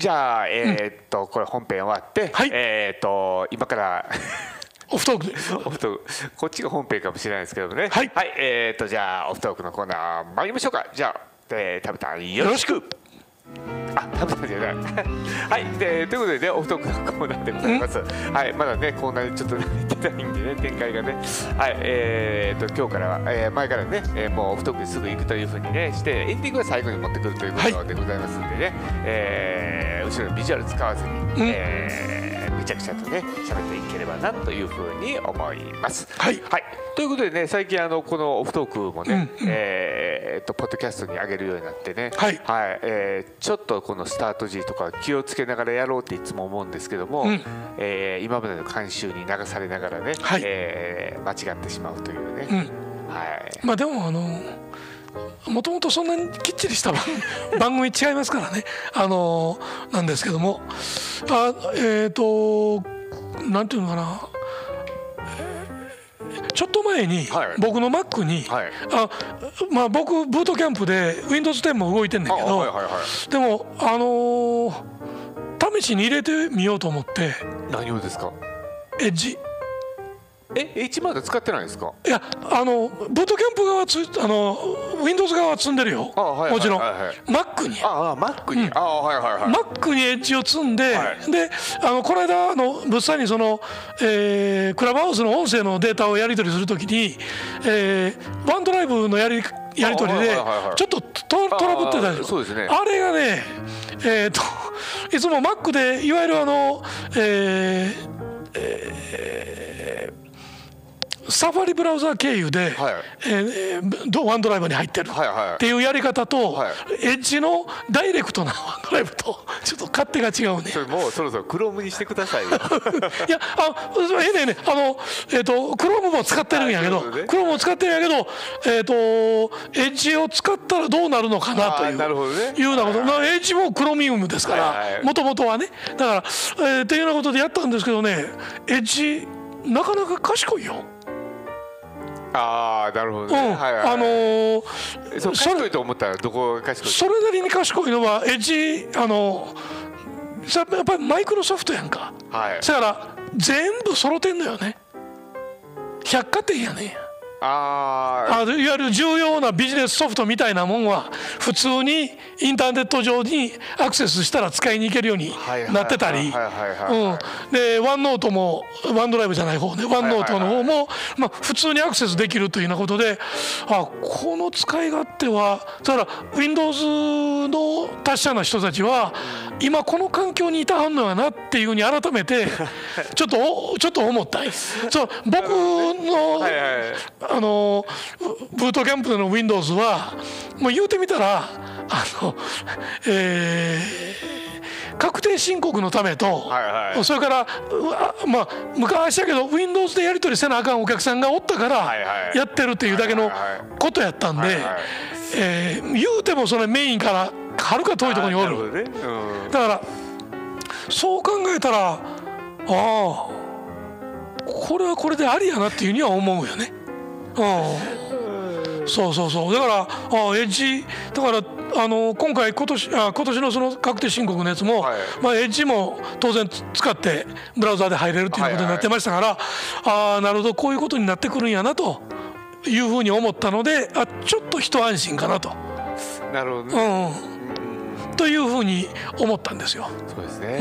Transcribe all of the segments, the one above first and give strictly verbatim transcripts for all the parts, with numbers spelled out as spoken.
じゃあえっと、うん、これ本編終わって、はい、えっと今からオフトークオフトークこっちが本編かもしれないですけどもね。 はい、 はい、えっとじゃあオフトークのコーナー参りましょうか。じゃあ、えー、タブタンよろしく。あ、タブタンじゃないはいでということでね、オフトークのコーナーでございます、うん、はい、まだねコーナーでちょっと慣れてないんでね、展開がね、はいえー、と今日からは、えー、前からね、えー、もうオフトークにすぐ行くというふうにねして、エンディングは最後に持ってくるということでございますんでね、はい、えー、後ろのビジュアル使わずに、うん、えー、めちゃくちゃとね喋っていければなというふうに思います。 はい、 はい、ということでね、最近あのこのオフトークもね、うんうん、えー、とポッドキャストに上げるようになってね、はいはい、えー、ちょっとこのスタート時とか気をつけながらやろうっていつも思うんですけども、うん、えー、今までの慣習に流されながらね、はい、えー、間違ってしまうというね、うん、 はい、まあでもあのもともとそんなにきっちりした番組違いますからね、あのなんですけども、あえっ、ー、となんていうのかな、ちょっと前に僕の Mac に、はい、あまあ、僕ブートキャンプで ウィンドウズテン も動いてんだけど、はいはいはい、でもあのー、試しに入れてみようと思って。 何をですか？ エッジ。 え、エッジまだ使ってないんですか？ いや、あのブートキャンプ側つあの ウィンドウズ 側は積んでるよ、はいはいはいはい、もちろん Mac にああ Mac に、うん、ああはいはいはい、 Mac にエッジを積んで、はい、であのこの間あの物産にその、えー、クラブハウスの音声のデータをやり取りするときに、えー、ワンドライブのやりやり取りでちょっとトラブってたでしょ。 そうですね、 あれがね、えー、といつも Mac でいわゆるあの、えーえーサファリブラウザー経由で、はい、えー、ワンドライブに入ってるっていうやり方と、はいはい、エッジのダイレクトなワンドライブとちょっと勝手が違うね。 それもうそろそろクロームにしてくださいよいや、あ、ええねえね、あの、えーと、クロームも使ってるんやけど、ね、クロームも使ってるんやけど、えーと、エッジを使ったらどうなるのかなという、なるほどね、いうようなこと、はいはい、エッジもクロミウムですからもともとはね、だから、えー、っていうようなことでやったんですけどね、エッジなかなか賢いよ。 ああ、なるほどね、うん、はいはい、あのー、そう賢いと思ったらどこが賢い？ それなりに賢いのはエッジ、あのー、やっぱりマイクロソフトやんか、はい、だから全部揃ってんのよね。百貨店やねん。ああ、いわゆる重要なビジネスソフトみたいなもんは普通にインターネット上にアクセスしたら使いに行けるようになってたり、でワンノートもワンドライブじゃない方ね、ワンノートの方もまあ普通にアクセスできるというようなことで、あ、この使い勝手はだから Windows の達者な人たちは今この環境にいたはんのやなっていうふうに改めてちょっとちょっと思ったんです。そう、僕のあのブートキャンプでの Windows はもう言うてみたらあの、えー、確定申告のためと、はいはい、それからまあ昔だけど Windows でやり取りせなあかんお客さんがおったからやってるっていうだけのことやったんで、えー、言うてもそれメインからはるか遠いところにおる、ね、うん、だからそう考えたら、ああこれはこれでありやなっていうには思うよね。うん、そうそうそう、だからあエッジだからあの今回今年あ今年のその確定申告のやつも、はい、まあ、エッジも当然使ってブラウザーで入れるということになってましたから、はいはい、ああなるほどこういうことになってくるんやなというふうに思ったので、あちょっと一安心かなと。 なるほどね、 うん、というふうに思ったんですよ。 そうですね、うん、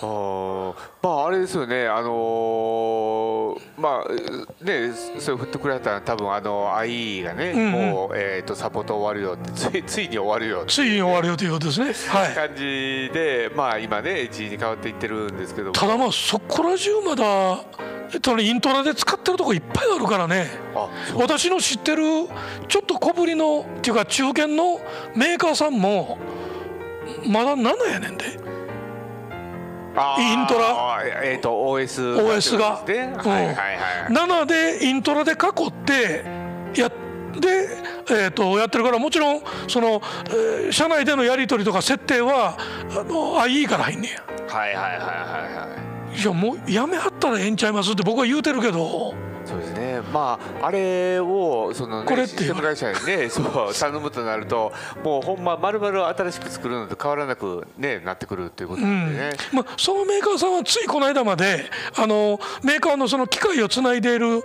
あまああれですよね、あのー、まあねそれ振ってくれたら多分あの アイイー がね、うんうん、もう、えー、とサポート終わるよってついついに終わるよついに終わるよということですね、 はい、感じでまあ今ねエッジに変わっていってるんですけども、 ただまあそこら中まだえっとね、イントラで使ってるとこいっぱいあるからね。私の知ってるちょっと小ぶりのっていうか中堅のメーカーさんもまだななやねんで、イントラ、 えー、と オーエス, オーエス が、うん、ななでイントラで囲ってやで、えー、とやってるから、もちろんその、えー、社内でのやり取りとか設定はあの アイイー から入んねや。 はいはいはいはいはい。 いやもうやめはったらええんちゃいますって僕は言うてるけど。 そうですね、 ね、まああれをその、ね、 これシステム会社にねそう頼むとなるともうほんま丸々新しく作るのと変わらなく、ね、なってくるということなんでね、 うん、まあ、そのメーカーさんはついこの間まであのメーカーのその機械をつないでいる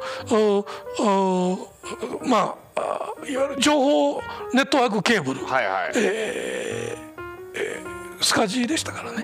まあいわゆる情報ネットワークケーブル、 はいはい、 えーえー、スカジーでしたからね。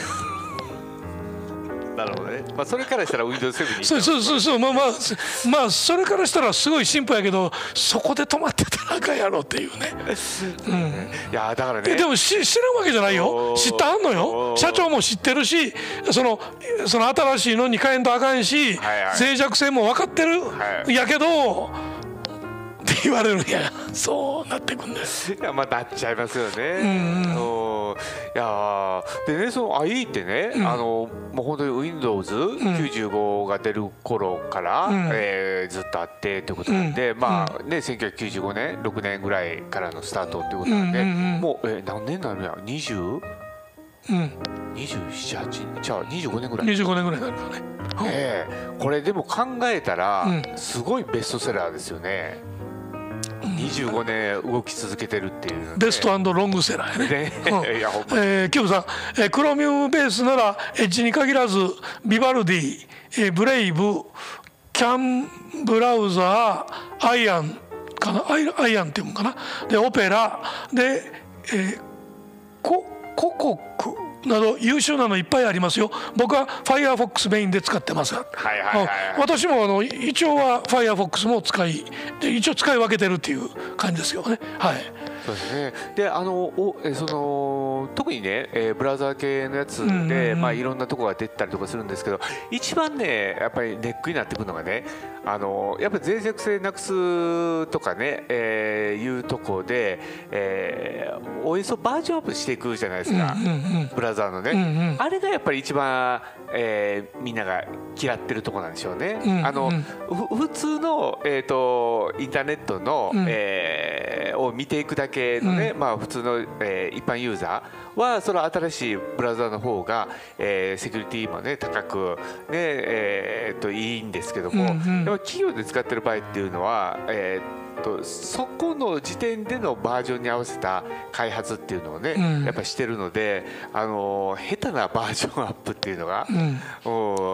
なるほどね。まあそれからしたら ウィンドウセブン にそうそうそうそう、まあまあまあそれからしたらすごい進歩やけど、そこで止まってたらあかんやろっていうね。うん、 いやだからね。 でもし知らんわけじゃないよ。知ってはんのよ。社長も知ってるし、そのその新しいのに変えんとあかんし、はいはい、脆弱性も分かってる、はい、やけど。って言われるんや。そうなってくんです。 いやまあなっちゃいますよね。うんうん、いやでね、その アイイー ってね、うん、あのもう本当に ウィンドウズきゅうじゅうご が出る頃から、うん、えー、ずっとあってということなんで、うん、まあねせんきゅうひゃくきゅうじゅうごねんろくねんぐらいからのスタートということなんで、うんうんうん、もう、えー、何年になるんや にじゅう？うん、にじゅうなな、はちじゃあにじゅうごねんぐらいにじゅうごねんぐらいになるからね、 えー、これでも考えたら、うん、すごいベストセラーですよね。にじゅうごねん動き続けてるっていう、ね、 ベスト&ロングセラーやね。えー、キューブさん、えー、クロミウムベースならエッジに限らずビバルディ、えー、ブレイブ、キャンブラウザー、アイアンかな、アイ、アイアンっていうのかな、でオペラで、えー、コココクなど優秀なのいっぱいありますよ。僕は Firefox メインで使ってますが、はいはいはいはい、私もあの一応は Firefox も使いで一応使い分けてるっていう感じですよね。はい。 そうですね。であのおえその特にね、えー、ブラウザー系のやつで、うんうんうん、まあいろんなところが出たりとかするんですけど、一番ねやっぱりネックになってくるのがね、あのやっぱり脆弱性なくすとかね、えー、いうところで、えー、オーエス をバージョンアップしていくじゃないですか、うんうんうん、ブラウザーのね、うんうん、あれがやっぱり一番、えー、みんなが嫌ってるところなんでしょうね。うんうん、あの普通の、えーと、インターネットの、うん、えー、を見ていくだけのね、うん、まあ、普通の、えー、一般ユーザーはその新しいブラウザーの方が、えー、セキュリティもね高くね、えー、といいんですけども、うんうん、やっぱ企業で使ってる場合っていうのは、えー、とそこの時点でのバージョンに合わせた開発っていうのをね、うん、やっぱしてるので、あの下手なバージョンアップっていうのが、うん、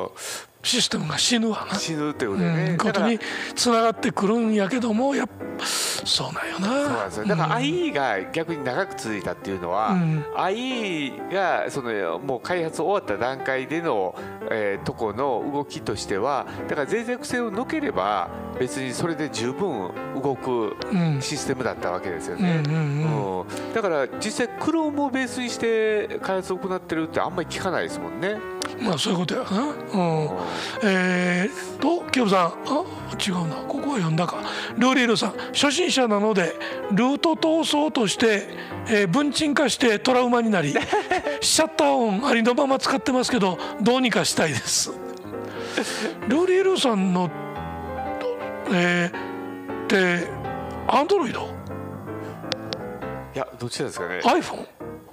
システムが死ぬわな、 死ぬってことでね、うん、 ことにつながってくるんやけども、やっぱそうなんよな。 そうなんですよ。だから アイイー が逆に長く続いたっていうのは、うん、アイイー がそのもう開発終わった段階での、えー、とこの動きとしては、だから脆弱性をのければ別にそれで十分動くシステムだったわけですよね。だから実際 Chrome をベースにして開発を行ってるってあんまり聞かないですもんね。 まあそういうことやな。うん、えーとキヨブさん、あ違うな、ここは読んだか。ルーリールさん、初心者なのでルート闘争として、えー、文鎮化してトラウマになりシャッター音ありのまま使ってますけど、どうにかしたいです。ルーリールさんのえー、でアンドロイド、 いやどっちですかね。 iPhone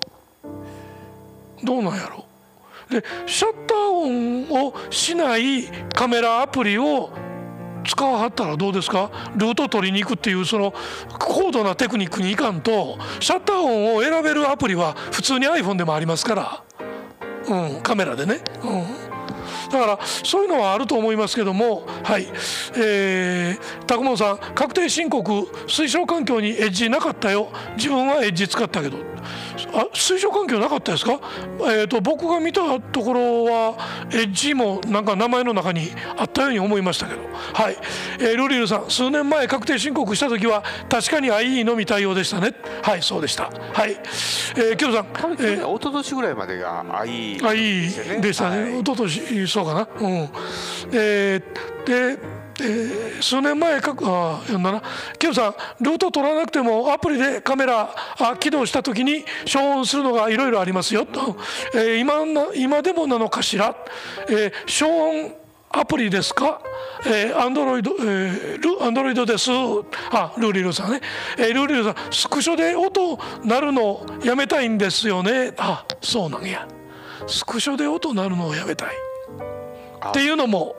どうなんやろ。でシャッター音をしないカメラアプリを使わはったらどうですか。ルート取りに行くっていうその高度なテクニックにいかんと、シャッター音を選べるアプリは普通に iPhone でもありますから、うん、カメラでね、うん、だからそういうのはあると思いますけども、はい、えー、タクモンさん、確定申告推奨環境にエッジなかったよ。自分はエッジ使ったけど。あ、推奨環境なかったですか。えーと、僕が見たところはエッジもなんか名前の中にあったように思いましたけど、はい、えー、ルリルさん、数年前確定申告した時は確かに アイイー のみ対応でしたね。はい、そうでした。はい、えー、キヨさん、 えー、一昨年ぐらいまでが アイイーアイイーでしたね。一昨年そうかな。うん、えー、でえー、数年前かあ読んだな。キヨさん、ルート取らなくてもアプリでカメラあ起動した時に消音するのがいろいろありますよと、えー、今な今でもなのかしら、えー、消音アプリですか。えー、アンドロイド、えー、ルアンドロイドです。あ、ルーリルさんね、えー、ルーリルさん、スクショで音鳴るのやめたいんですよね。あ、そうなんや。スクショで音鳴るのをやめたいっていうのも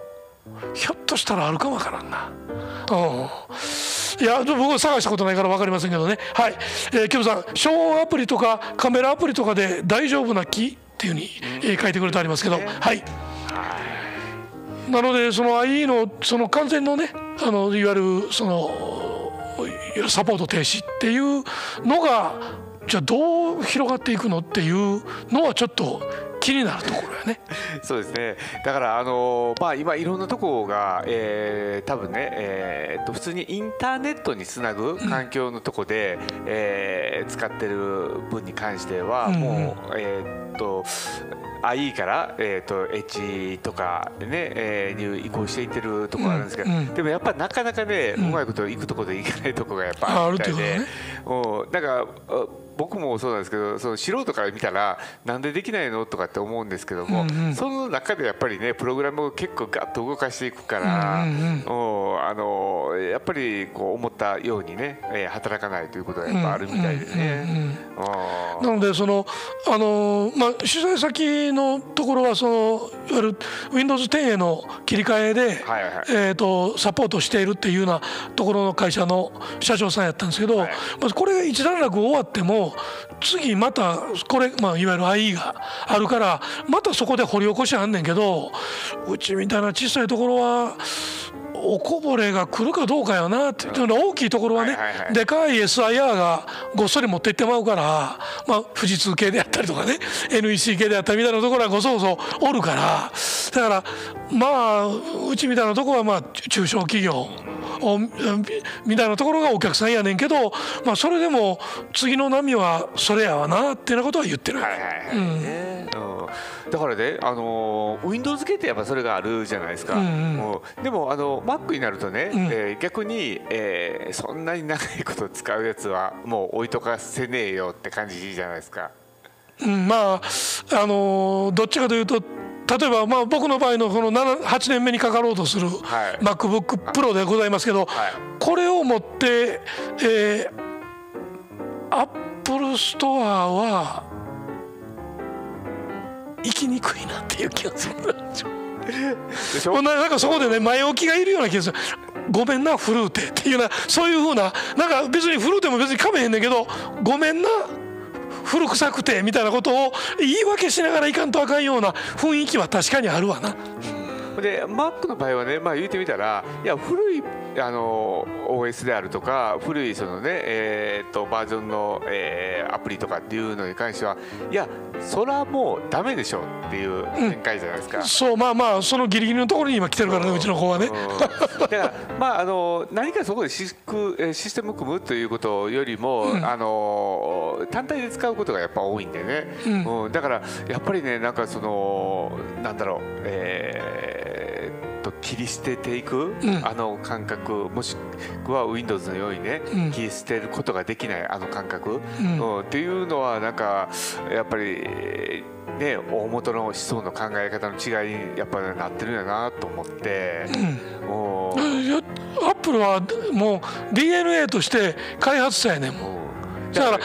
ひょっとしたらあるかもわからんな。うん、いや僕は探したことないから分かりませんけどね。はい、えー、キムさん、消音アプリとかカメラアプリとかで大丈夫な木っていうふうに、えー、書いてくれてありますけど、はい。なのでその アイイー のその完全のね、あのいわゆるそのサポート停止っていうのがじゃあどう広がっていくのっていうのはちょっと気になるところやね。 そうですね。だからあのまあ今いろんなところが、えー、多分ね、えー、と普通にインターネットにつなぐ環境のとこで、うん、えー、使ってる分に関しては、うんうん、もうえー、っとアイイー から、えー、と H とかね、えー、に移行していってるところあるんですけど、うんうん、でもやっぱなかなかね、うん、うまいこといくところでいかないところがやっぱあるみたいで、もうなんか僕もそうなんですけど、その素人から見たらなんでできないのとかって思うんですけども、うんうん、その中でやっぱりねプログラムを結構ガッと動かしていくから、うんうんうん、あのやっぱりこう思ったようにね、えー、働かないということがやっぱあるみたいでね。 なのでそのあの、まあ、取材先のところはそのいわゆる ウィンドウズテン への切り替えで、はいはい、えー、とサポートしているっていうようなところの会社の社長さんやったんですけど、はい、まずこれが一段落終わっても次またこれ、まあ、いわゆる アイイー があるからまたそこで掘り起こしあんねんけど、うちみたいな小さいところはおこぼれが来るかどうかよなって、うん、大きいところはね、はいはいはい、でかい エスアイアール がごっそり持っていってまうから、まあ、富士通系であったりとかね エヌイーシー 系であったりみたいなところはごそごそおるから、だからまあうちみたいなところはまあ中小企業みたいなところがお客さんやねんけど、まあ、それでも次の波はそれやわなっていうようなことは言ってる。はいはいはい、うん、 だからね、あの ウィンドウズ 系ってやっぱそれがあるじゃないですか、うんうん、でもあの Mac になるとね、うん、えー、逆に、えー、そんなに長いこと使うやつはもう置いとかせねえよって感じじゃないですか。 うん、まあ、あのどっちかというと例えばまあ僕の場合のこのはちねんめにかかろうとする MacBook Pro でございますけど、はい、これを持って、えー、Apple Store は行きにくいなっていう気がするでしょ。なんかそこでね前置きがいるような気がする。ごめんなフルーテっていうな、そういうふうな、なんか別にフルーテも別にかめへんねんけど、ごめんな古臭くてみたいなことを言い訳しながらいかんとあかんような雰囲気は確かにあるわな。 で Mac の場合はね、まあ、言ってみたら、いや古いあの オーエス であるとか古いそのね、えー、とバージョンの、えー、アプリとかっていうのに関しては、いやそれはもうダメでしょっていう展開じゃないですか、 うん、そう、まあまあそのギリギリのところに今来てるからね、うちの子はね。 だからまああの何かそこでシスシステムを組むということよりも、うん、あの単体で使うことがやっぱ多いんでね、うんうん、だからやっぱりね、なんかそのなんだろう、えー、と切り捨てていく、うん、あの感覚、もしくは Windows のようにね、うん、切り捨てることができないあの感覚、うんうん、っていうのはなんかやっぱりね、大元の思想の考え方の違いにやっぱりなってるんやなと思って、 うん、もうアップルはもう ディーエヌエー として開発者やねんもん。だから、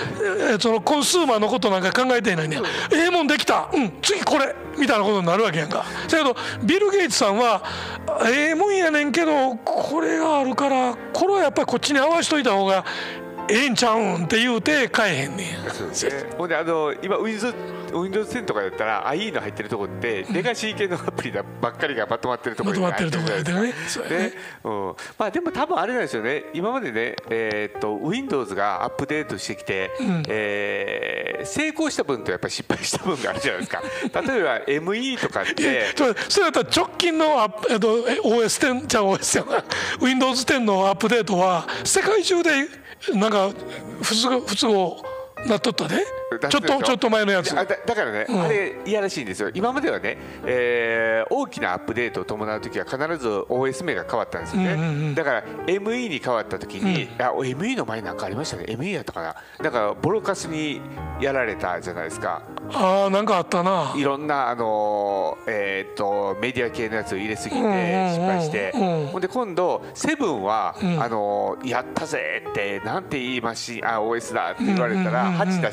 そのコンスーマーのことなんか考えていないねん。ええもんできた、うん、次これみたいなことになるわけやんか。だけどビル・ゲイツさんはええもんやねんけど、これがあるからこれはやっぱりこっちに合わしといた方がええんちゃうんって言うて買えへんねん。 ほんであの今 Windows Windows テンとかだったら アイイー の入ってるところってレガシー系のアプリばっかりがまとまってるところに入ってるじゃないですか。まとまってるところでね。うん、まあでも多分あれなんですよね。今までね、えー、っと Windows がアップデートしてきて、うん、えー、成功した分とやっぱり失敗した分があるじゃないですか。例えば エムイー とかってそれだったら直近のアップ、えっと オーエステン じゃ オーエス じゃない Windows テンのアップデートは世界中でなんか不都合不都合なっとったで、ちょっとちょっと前のやつだ, だからね、うん、あれいやらしいんですよ。今まではね、えー、大きなアップデートを伴うときは必ず オーエス 名が変わったんですよね、うんうんうん、だから エムイー に変わったときに、うん、あ エムイー の前なんかありましたね。 エムイー やったかな。だからボロカスにやられたじゃないですか。 ああ、なんかあったな。 いろんなあの、えー、っとメディア系のやつを入れすぎて失敗して、うんうんうん、ほんで今度セブンは、うん、あのやったぜってなんて言いましあ オーエス だって言われたら、うんうんうん、はち出した瞬間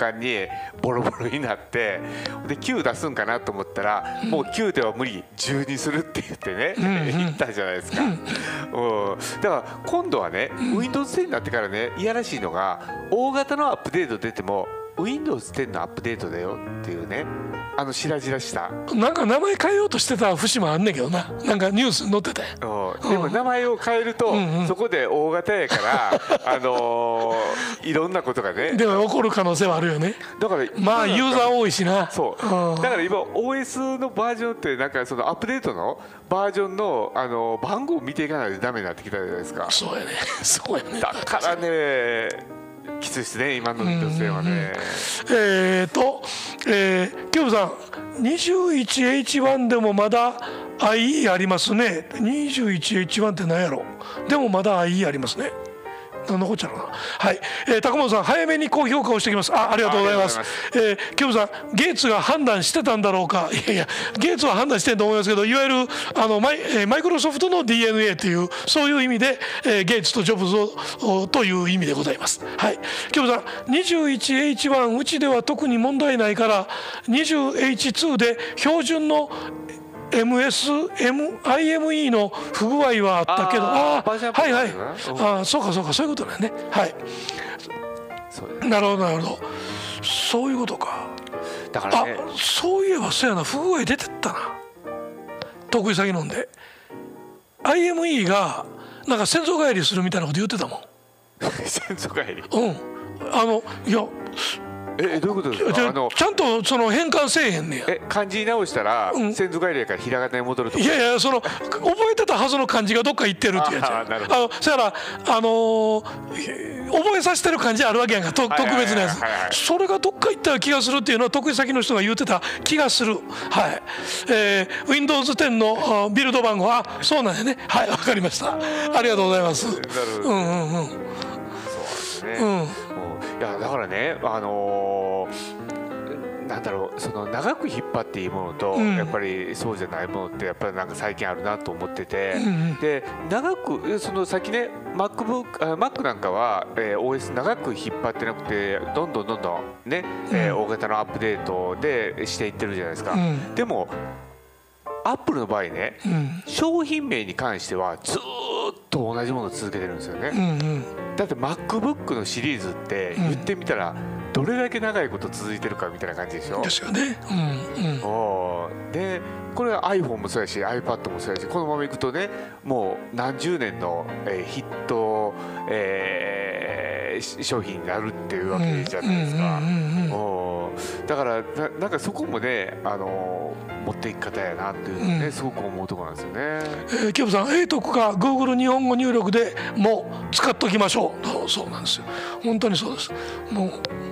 間にボロボロになってできゅう出すんかなと思ったら、うん、もうきゅうでは無理じゅうにするって言ってね、うんうん、言ったじゃないですか、うん、だから今度はね、うん、ウィンドウズテンになってからねいやらしいのが大型のアップデート出ても ウィンドウズテンのアップデートだよっていうねあの白々したなんか名前変えようとしてた節もあんねんけどななんかニュースに載ってたよ、 うん、でも名前を変えると、うんうん、そこで大型やからあのー、いろんなことがねでも起こる可能性はあるよねだからまあユーザー多いしなそう、うん、だから今 オーエス のバージョンってなんかそのアップデートのバージョンの、あのー、番号を見ていかないとダメになってきたじゃないですかそうやねそうやねだからねきついですね今の女性はね、うんうん、 えーと、えー、キューブさん にじゅういちエイチワン でもまだ アイイー ありますね にじゅういちエイチワン って何やろでもまだ アイイー ありますね何のこっちゃろなはい、えー、高本さん早めに高評価をしてきますあありがとうございます、えー、キューブさんゲイツが判断してたんだろうかいやいやゲイツは判断してると思いますけどいわゆるあのマイ、えー、マイクロソフトの ディーエヌエー というそういう意味で、えー、ゲイツとジョブズをという意味でございますはいキューブさん にじゅういちエイチワン うちでは特に問題ないから にじゅうエイチツー で標準のエムエス、アイエムイー の不具合はあったけどああはいはいあそうかそうかそういうことだよねはいなるほどなるほどそういうことかだから、ね、 あそういえばそうやな不具合出てったな得意先飲んで アイエムイー がなんか先祖返りするみたいなこと言ってたもん先祖返りうんあのいやえどういうことですかあのちゃんとその変換せえへんねやえ漢字に直したら、うん、先祖返りやからひらがなに戻るとかいやいやその覚えてたはずの漢字がどっか行ってるってやつやあのそやからあのー、覚えさせてる漢字あるわけやんかと特別なやつそれがどっか行った気がするっていうのは得意先の人が言ってた気がするはい、えー、ウィンドウズテンのビルド番号あそうなんやねはいわかりましたありがとうございますうんうんうんそうですねうんいやだからね、あのー、なんだろうその長く引っ張っていいものと、うん、やっぱりそうじゃないものってやっぱりなんか最近あるなと思ってて、うんうん、で長くその先ね MacBook、Mac なんかは、えー、オーエス 長く引っ張ってなくてどんどんどんどんね、うんえー、大型のアップデートでしていってるじゃないですか、うん、でもアップルの場合ね、うん、商品名に関してはずっと同じものを続けてるんですよね、うんうん、だって MacBook のシリーズって言ってみたらどれだけ長いこと続いてるかみたいな感じでしょですよね、うんうん、 おでこれは iPhone もそうやし iPad もそうやしこのままいくとねもう何十年の、えー、ヒット、えー、商品になるっていうわけじゃないですかだからな, なんかそこもね、あのー、持っていき方やなっていうのね、うん、すごく思うところなんですよね、 えー、キューブさん エイト か Google 日本語入力でもう使っときましょうそうそうなんですよ本当にそうですもう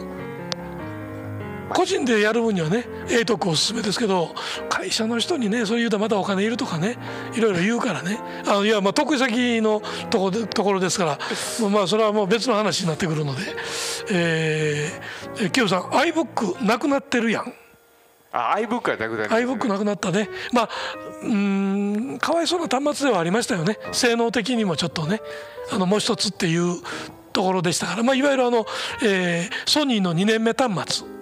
個人でやる分にはね エイト おすすめですけど会社の人にねそういうとまたお金いるとかねいろいろ言うからねあのいやまあ得意先のとこでところですからまあそれはもう別の話になってくるので、えー、キヨさん iBook なくなってるやんあ iBook はなくなりました、ね、 iBook なくなったねまあうーんかわいそうな端末ではありましたよね性能的にもちょっとねあのもう一つっていうところでしたから、まあ、いわゆるあの、えー、ソニーのにねんめ端末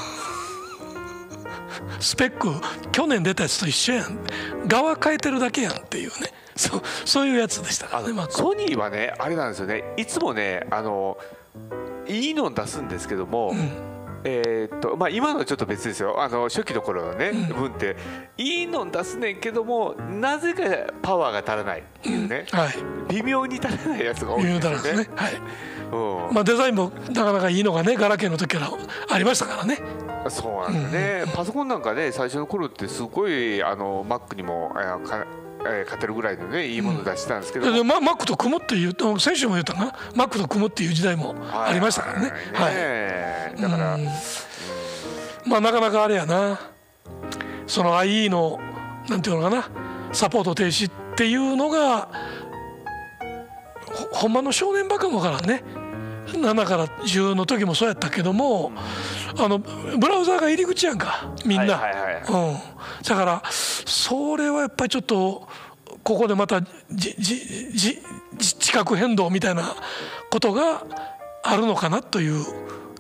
スペック去年出たやつと一緒やん側変えてるだけやんっていうね そ, そういうやつでしたからね、まあ、 ソニーはねあれなんですよねいつもねあのいいの出すんですけども、うんえーっとまあ、今のはちょっと別ですよあの初期の頃のね、うん、分っていいの出すねんけどもなぜかパワーが足らないっていうね、うんはい、微妙に足らないやつが多いんですよね、ねはいうんまあ、デザインもなかなかいいのがねガラケーの時からありましたからねそうなんだね、うん、パソコンなんかね最初の頃ってすごいあの Mac にもかえー、勝てるぐらいのねいいもの出してたんですけど、うん、 マックと組むっていう先週も言ったかなマックと組むっていう時代もありましたからねはい、はい、だから、うん、まあなかなかあれやなその アイイー のなんていうのかなサポート停止っていうのが ほ, ほんまの正念場かもわからんねななからじゅうの時もそうやったけどもあのブラウザーが入り口やんかみんな、はいはいはいうん、だからそれはやっぱりちょっとここでまたじじじ地殻変動みたいなことがあるのかなという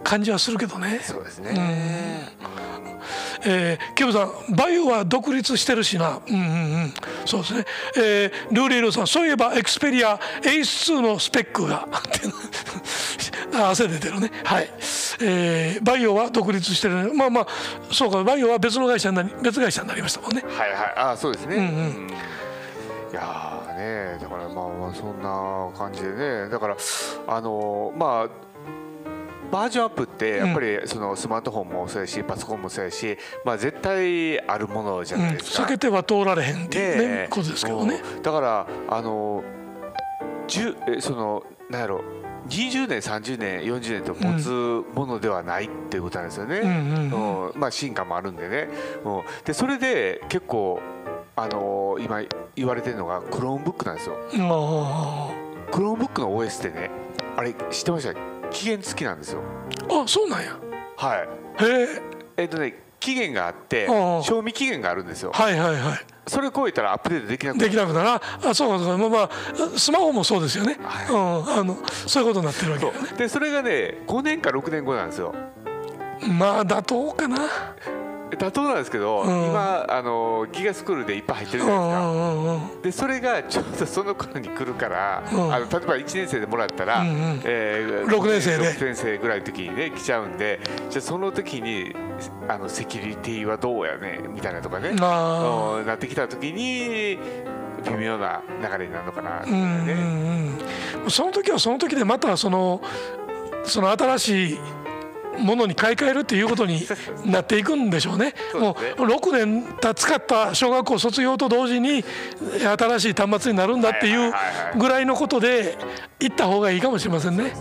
感じはするけどね。 そうですね。 えー、キムさん、バイオは独立してるしな。うんうんうん。そうですね。えー、ルーリールさん、そういえばエクスペリアエイスツーのスペックが汗出てるね。はい。えー、バイオは独立してる。まあまあそうか。バイオは別の会社になり別会社になりましたもんね。 はいはい。あ、そうですね。うんうん。いやーね、だからまあまあそんな感じでね。だからあのー、まあ。バージョンアップってやっぱりそのスマートフォンもそうやしパソコンもそうやし、まあ絶対あるものじゃないですか。 避けては通られへんっていうねことですけどね。 だからあのそのなんやろにじゅうねんさんじゅうねんよんじゅうねんと持つものではないっていうことなんですよね。まあ進化もあるんでね。でそれで結構あの今言われてるのがクロームブックなんですよ。クロームブックの オーエス ってね、あれ知ってました？期限付きなんですよ。 あ、そうなんや。 はい。 へえ。えっとね、期限があって賞味期限があるんですよ。 はいはいはい。 それ超えたらアップデートできなくなる。できなくなる。あ、そうかそうか。まあまあスマホもそうですよね。はい、うん、あのそういうことになってるわけだよね。 でそれがねごねんかろくねんごなんですよ。 まあ妥当かな。 妥当なんですけど、うん、今あのギガスクールでいっぱい入ってるじゃないですか、うんうんうん、でそれがちょうどその頃に来るから、うん、あの例えばいちねん生でもらったら、うんうんえー、 ろくねん生でろくねん生ぐらいの時にね来ちゃうんで、じゃあその時にあのセキュリティはどうやねみたいなとかねなってきた時に微妙な流れになるのかなって、ね、うんうん、その時はその時でまたそのその新しいものに買い替えるっていうことになっていくんでしょうね。もうろくねん使った小学校卒業と同時に新しい端末になるんだっていうぐらいのことで行った方がいいかもしれませんね。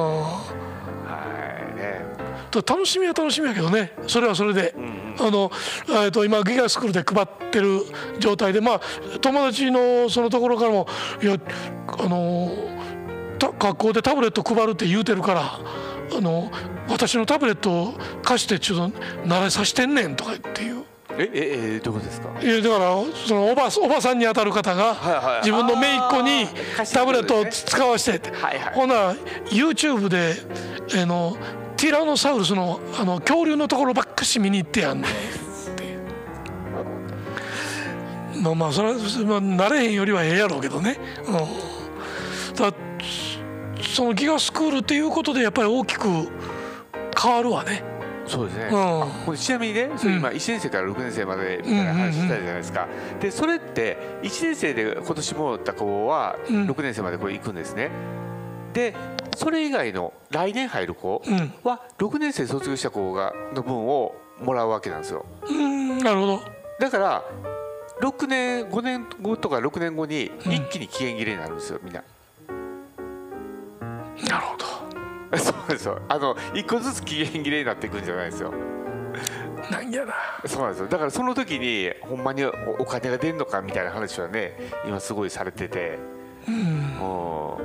楽しみは楽しみやけどね、それはそれで、あのえと今ギガスクールで配ってる状態で、まあ友達のそのところからもいやあの学校でタブレット配るって言うてるから。あの私のタブレットを貸してちょっと慣れさせてんねんとかっていう。 えええどういうことですか？ いやだからそのおばおばさんにあたる方が自分の姪っ子にタブレットを使わせて、はいはい、ほな YouTube であのティラノサウルスのあの恐竜のところばっかし見に行ってやんねんっていう。まあまあそれは慣れへんよりはええやろうけどね。うん、だそのギガスクールっていうことでやっぱり大きく変わるわね。 そうですね、うん、ちなみにね、それ今いちねん生からろくねん生までみたいな話したじゃないですか。でそれっていちねん生で今年もらった子はろくねん生までこれ行くんですね。でそれ以外の来年入る子はろくねん生卒業した子がの分をもらうわけなんですよ。 うん、なるほど。 だからろくねんごねんごとかろくねんごに一気に期限切れになるんですよ、みんな。 なるほど。 そうですよ。あの一個ずつ期限切れになっていくんじゃないですよ。 なんやな。 そうなんですよ。だからその時にほんまにお金が出るのかみたいな話はね、今すごいされてて。うん。も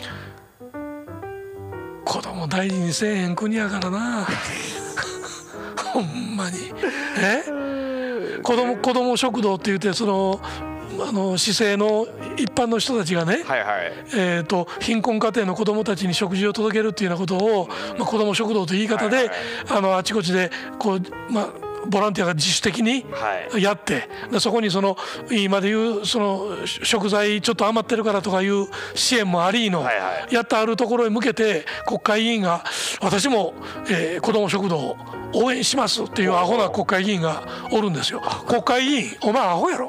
う子供大事にせえへん国やからな。ほんまに。え？子供子供食堂って言ってその。あの市政の一般の人たちがね、はいはい、えーと貧困家庭の子どもたちに食事を届けるっていうようなことを、まあ、子ども食堂という言い方で、はいはい、あのあちこちでこう、まあ、ボランティアが自主的にやって、はい、そこにその今でいうその食材ちょっと余ってるからとかいう支援もありの、はいはい、やってあるところへ向けて国会議員が私も、えー、子ども食堂を応援しますっていうアホな国会議員がおるんですよ。国会議員お前アホやろ。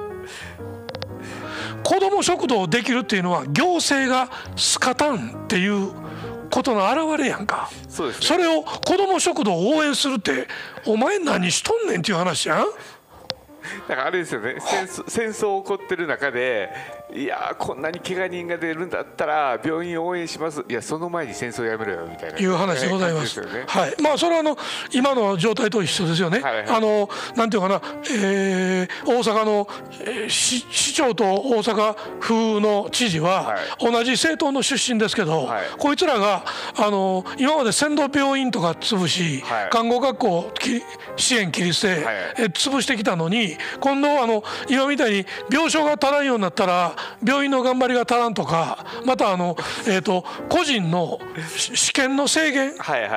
子ども食堂できるっていうのは行政がすかたんっていうことの表れやんか。そうですね。それを子ども食堂を応援するってお前何しとんねんっていう話やん。 だからあれですよね、戦争、戦争起こってる中でいやこんなに怪我人が出るんだったら病院を応援します、いやその前に戦争やめろよみたいないう話でございます。はい、まあそれはあの今の状態と一緒ですよね。はいはい、あのなんていうかな、えー、大阪の、えー、市, 市長と大阪府の知事は同じ政党の出身ですけど、はい、こいつらがあの今まで先導病院とか潰し、はい、看護学校支援切り捨て、はい、え潰してきたのに今度あの今みたいに病床が足らんようになったら病院の頑張りが足らんとか、またあの、えー、と個人の試験の制限、はいはい、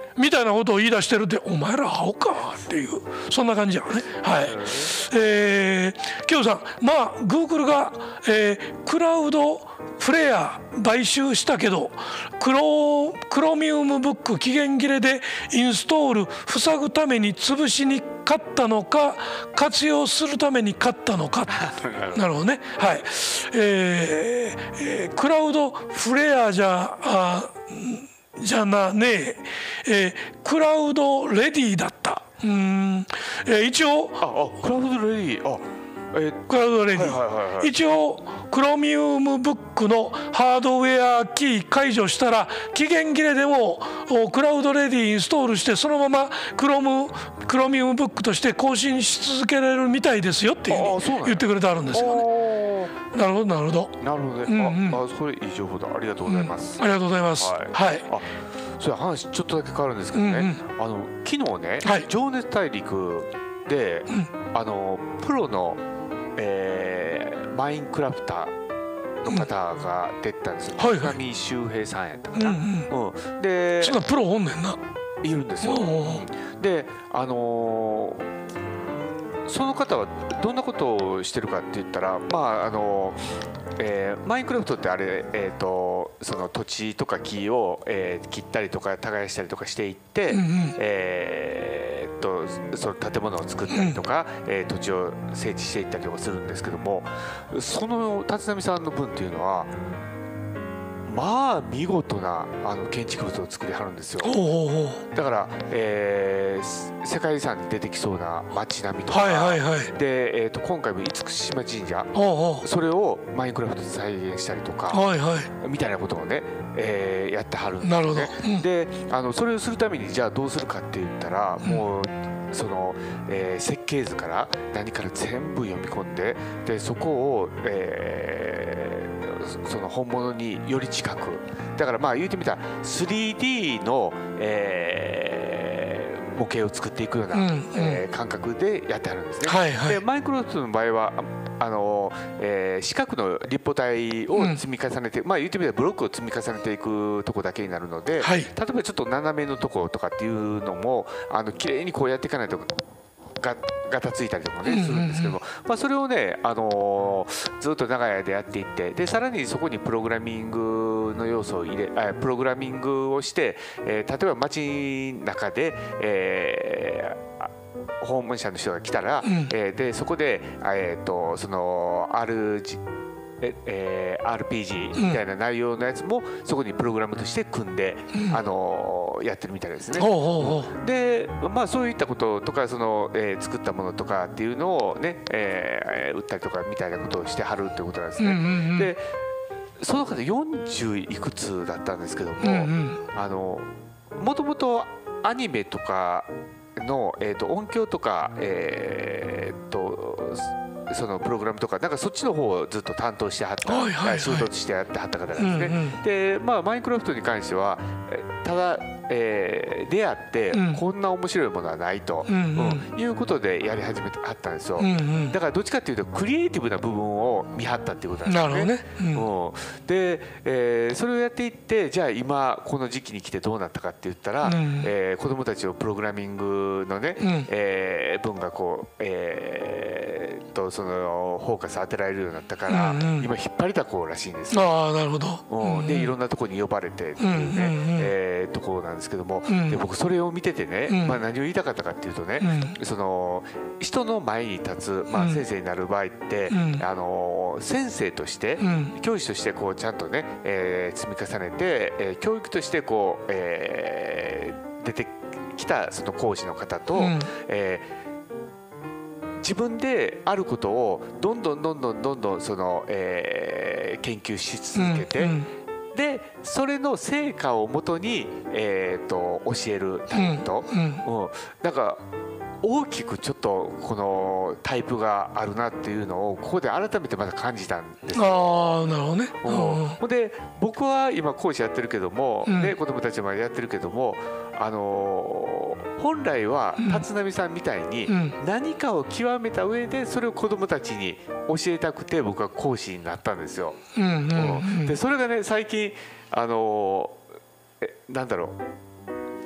みたいなことを言い出してるって、お前らアホかっていう、そんな感じやね。はい。えー、ケオさん、まあグーグルが、えー、クラウドフレア買収したけど、クロクロミウムブック期限切れでインストール塞ぐために潰しに買ったのか、活用するために買ったのか。なるほどね。はい。えーえー、クラウドフレアじゃあじゃなねえ、えー、クラウドレディだった。うーん、えー、一応ああクラウドレディあえクラウドレディ、はいはいはいはい、一応クロミウムブックのハードウェアキー解除したら期限切れでもクラウドレディインストールしてそのままクロムクロミウムブックとして更新し続けられるみたいですよっていうふうに言ってくれてあるんですよね。なるほどなるほどなるほどね、うんうん、ああそれいい情報だ、ありがとうございます、 うん、ありがとうございます。はい、はい、 あそれ話ちょっとだけ変わるんですけどね、うんうん、あの昨日ね、はい、情熱大陸で、うん、あのプロのえー、マインクラフターの方が出たんですよ。 はいはい、 上周平さんやったかな。 うんうんうん、で、そんなプロおんねんな。 いるんですよ。で、あのー、その方はどんなことをしてるかって言ったら、まああのーえー、マインクラフトってあれ、えー、とその土地とか木を、えー、切ったりとか耕したりとかしていって、うんうん、えー、とその建物を作ったりとか、うん、えー、土地を整地していったりとかするんですけども、その立浪さんの分っていうのはまあ見事なあの建築物を作りはるんですよ。だから、えー、世界遺産に出てきそうな街並みとか、はいはいはい、で、えー、と今回も厳島神社、それをマインクラフトで再現したりとか、はいはい、みたいなことをね、えー、やってはるんですね。なるほど、うん、であのそれをするためにじゃあどうするかって言ったら、うん、もうその、えー、設計図から何から全部読み込んで、でそこを、えーその本物により近く、だからまあ言うてみたら スリーディー の、えー、模型を作っていくような、うんうん、えー、感覚でやってあるんですね。はいはい、でマインクラフトの場合はあの、えー、四角の立方体を積み重ねて、うん、まあ言ってみたらブロックを積み重ねていくとこだけになるので、はい、例えばちょっと斜めのとことかっていうのもあの綺麗にこうやっていかないとがガタついたりとかねするんですけども、まあそれをね、あのー、ずっと長い間やっていって、でさらにそこにプログラミングの要素を入れあプログラミングをして、えー、例えば街の中で、えー、訪問者の人が来たら、うん、えー、でそこで、えー、とその R ええー、アールピージー みたいな内容のやつもそこにプログラムとして組んで、うん、あのー、やってるみたいですね。ほうほうほう。で、まあ、そういったこととかその、えー、作ったものとかっていうのをね、えー、売ったりとかみたいなことをしてはるっていうことなんですね。うんうんうん、でその方よんじゅういくつだったんですけども、うんうん、あのもともとアニメとかの、えー、と音響とか、えー、とそのプログラムとかなんかそっちの方をずっと担当してはった、はいはいはい、仕事としてやってはった方なんですね。うんうん、でまあマインクラフトに関してはただ、えー、出会ってこんな面白いものはないと、うんうん、いうことでやり始めてはったんですよ。うんうん、だからどっちかっていうとクリエイティブな部分を見張ったっていうことなんですよね。なるほどね。うんうん、で、えー、それをやっていってじゃあ今この時期に来てどうなったかって言ったら、うん、えー、子どもたちをプログラミングのね、うん、えー、文学を、えー、とそのフォーカス当てられるようになったから、うんうん、今引っ張りだこらしいんですよ。ああなるほど。うんうん、でいろんなところに呼ばれてっていうね、うんうんうん、えー、ところなんですけども、うん、で僕それを見ててね、うん、まあ、何を言いたかったかっていうとね、うん、その人の前に立つ、まあ、先生になる場合って、うん、あの先生として、うん、教師としてこうちゃんとね、えー、積み重ねて、えー、教育としてこう、えー、出てきたその講師の方と、うん、えー、自分であることをどんどんどんどんどんどんその、えー、研究し続けて、うんうん、でそれの成果をもとに、えー、と教えるタレント、うんうんうん、なんか大きくちょっとこのタイプがあるなっていうのをここで改めてまた感じたんですよ。ああなるほどね。うん、で僕は今講師やってるけども、うん、で子どもたちもやってるけども、あのー、本来は立浪さんみたいに何かを極めた上でそれを子どもたちに教えたくて僕は講師になったんですよ。うんうんうん、でそれがね最近あのー、えなんだろう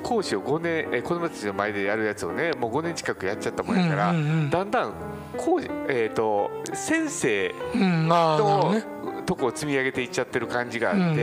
講師をごねん、えー、子どもたちの前でやるやつをねもうごねん近くやっちゃったもんやから、うんうんうん、だんだん講師、えー、と先生の、うんとこを積み上げていっちゃってる感じがあって、うんうんうん、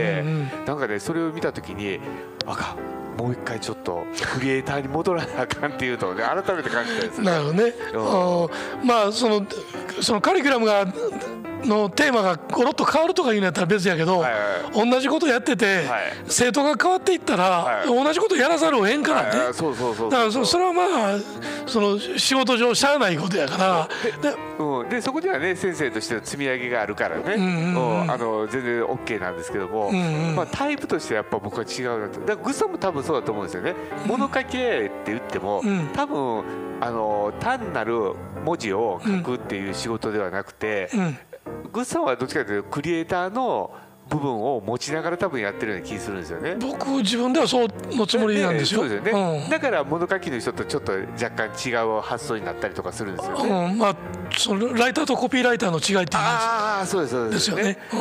なんかねそれを見た時にあかもう一回ちょっとクリエイターに戻らなあかんっていうのをね改めて感じたんですね。 なるほどね、うん、まあそのそのカリキュラムがのテーマがゴロッと変わるとかいうのやったら別やけど、はいはい、同じことやってて、はい、生徒が変わっていったら、はい、同じことやらざるをえんからね、はいはい、そうそうそうそうだから そ, それはまあその仕事上しゃあないことやからで, で,、うん、でそこにはね先生としての積み上げがあるからね、うんうんうん、あの全然 OK なんですけども、うんうんまあ、タイプとしてやっぱ僕は違うなと。だからグッさんも多分そうだと思うんですよね。物書きって言っても、うん、多分あの単なる文字を書くっていう仕事ではなくて、うんうんグッさんはどっちかというとクリエイターの部分を持ちながら多分やってるような気がするんですよね。 僕自分ではそうのつもりなんですよ。 そうですよね、うん、だから物書きの人とちょっと若干違う発想になったりとかするんですよね、 うんまあ、そのライターとコピーライターの違いっていうああそうですそうですよね、うん、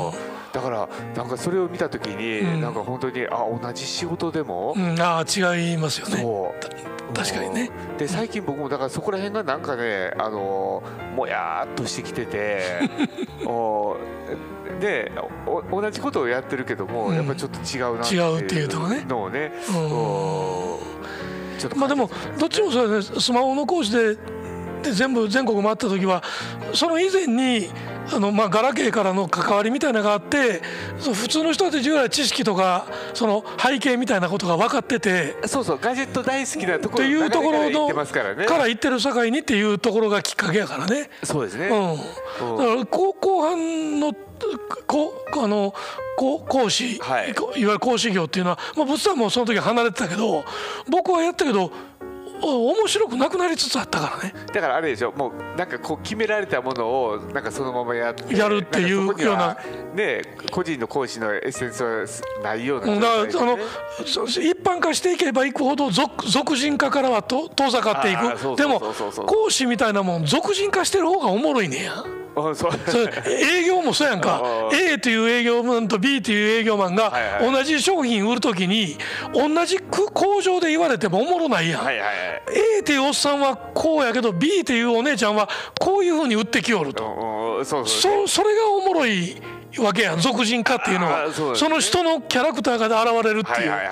だからなんかそれを見た時に、うん、なんか本当にあ同じ仕事でも、 うん、あ違いますよね。そう確かにね。 で最近僕もだからそこら辺がなんかねあのもやっとしてきてておでお同じことをやってるけども、うん、やっぱりちょっと違うなっていう違うっていうのがねのをね、うん、 ちょっとまあでもどっちもそうですね。スマホの講師でで全部全国回った時はその以前にあのまあガラケーからの関わりみたいなのがあってその普通の人たちぐらい知識とかその背景みたいなことが分かっててそうそうガジェット大好きなところの流れから言ってますからねから言ってる境にっていうところがきっかけやからね。 そうですね、 うん、だから後後半のこあの講師、はい、いわゆる講師業っていうのは、まあ、物産もその時離れてたけど僕はやったけど面白くなくなりつつあったからね。 だからあれでしょもうなんかこう決められたものをなんかそのままやってやるっていうようなね個人の講師のエッセンスはないような、ね、 だからあの一般化していけばいくほど 俗, 俗人化からは遠ざかっていく。でも講師みたいなもん俗人化してる方がおもろいねや。そうそ営業もそうやんかA という営業マンと B という営業マンが同じ商品売るときに同じ工場で言われてもおもろないやん、はいはいはい、A というおっさんはこうやけど B というお姉ちゃんはこういうふうに売ってきよるとそうそう、ね、そ, それがおもろいわけやん俗人化っていうのは そ, う、ね、その人のキャラクターが現れるっていう、はいはいはい、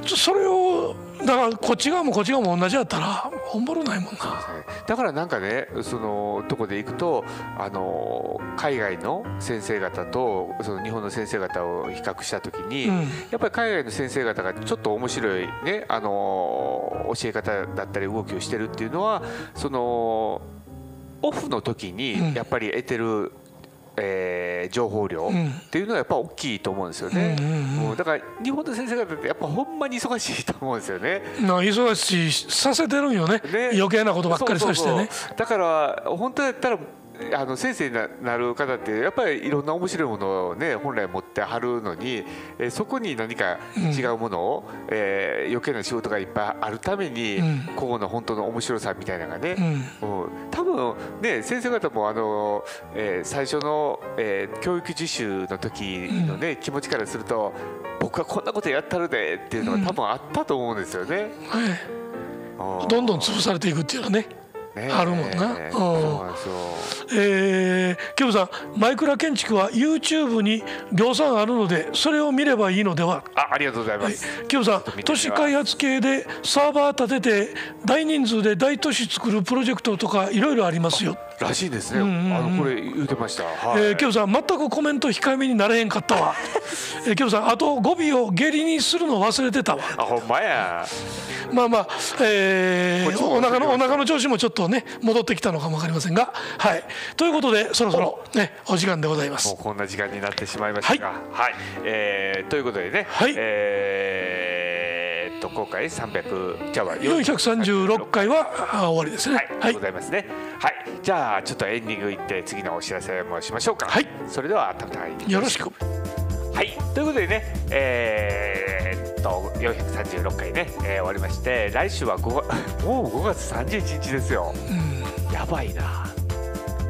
それをだからこっち側もこっち側も同じやったらおもろないもんな。 だからなんかねそのとこでいくとあの海外の先生方とその日本の先生方を比較したときに、うん、やっぱり海外の先生方がちょっと面白いねあの教え方だったり動きをしてるっていうのはそのオフの時にやっぱり得てるえー、情報量っていうのはやっぱ大きいと思うんですよね、うんうんうん、もうだから日本の先生方ってやっぱほんまに忙しいと思うんですよね。 忙しいさせてるんよ ね, ね余計なことばっかりさせてね。 そうそうそうだから本当だったらあの先生になる方ってやっぱりいろんな面白いものをね本来持ってはるのに、えー、そこに何か違うものを、うんえー、余計な仕事がいっぱいあるために、うん、ここの本当の面白さみたいなのがね、うんうん、多分ね先生方もあの、えー、最初の、えー、教育実習の時のね、うん、気持ちからすると僕はこんなことやったるでっていうのが多分あったと思うんですよね、 うんはい、どんどん潰されていくっていうのはねね、あるもんな。うん、そうなんですよ。えー、キムさん、マイクラ建築は YouTube に量産あるのでそれを見ればいいのでは。 あ、ありがとうございます。 はい、キムさん、都市開発系でサーバー立てて大人数で大都市作るプロジェクトとかいろいろありますよ。 らしいですね。うんうんうん、あのこれ言ってました。 はい、えー、キムさん、全くコメント控えめになれへんかったわ。えー、キムさん、あと語尾を下痢にするの忘れてたわ。 あ、ほんまや。 まあまあ、えー、お腹のお腹の調子もちょっとね戻ってきたのかも分かりませんが、はい。ということでそろそろねお時間でございます。 もうこんな時間になってしまいましたが、はい。はい、えー、ということでね、はい、えー、っと今回さんびゃくじゃあよんひゃくさんじゅうろっかいは終わりですね。 はい。ございますね。はい。じゃあちょっとエンディングいって次のお知らせもしましょうか。 はい。 それではたぶんよろしく。 はい、ということでね、えー、っとよんひゃくさんじゅうろっかいね、えー、終わりまして、来週はごがもうごがつさんじゅういちにちですよ、うん、やばいな。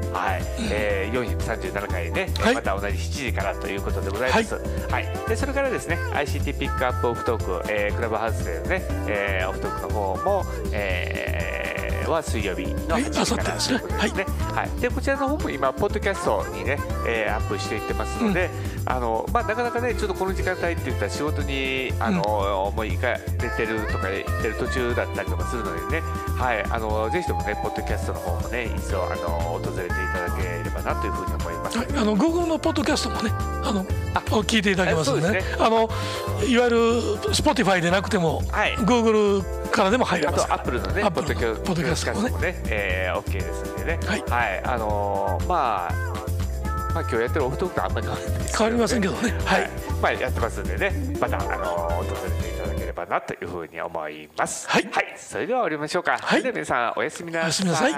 はい、えー、よんひゃくさんじゅうななかいね、はい、また同じしちじからということでございます。はい、はい、でそれからですね アイシーティー ピックアップオフトーク、えー、クラブハウスでのね、えー、オフトークの方も、えー、は水曜日のはちじからということですね。はい、でこちらの方も今ポッドキャストにね、えー、アップしていってますので、うん、あのまあなかなかねちょっとこの時間帯っていったら仕事にあの、うん、もう行かれてるとか行ってる途中だったりとかするのでね、はい、あのぜひともねポッドキャストの方もね一度あの訪れていただければなというふうに思います。はい、あの Google のポッドキャストもねあのあ聞いていただけますのでね、あのいわゆる Spotify でなくても、はい、Google からでも入れますから。 あと Apple のねポッドキャストもね、えー、OK ですんでね、はい、はい、あのー、まあまあ今日やってるオフトークとあんまり変わらないですけどね、 変わりませんけどね、はい、はい、 まあやってますんでね、またあのー、訪れていただければなというふうに思います。はい、はい、それでは終わりましょうか。はい、では皆さんおやすみなさい。おやすみなさい。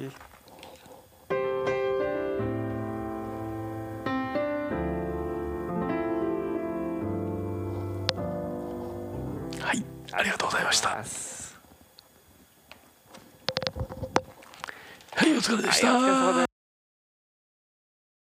はい、ありがとうございました。はい、お疲れでした。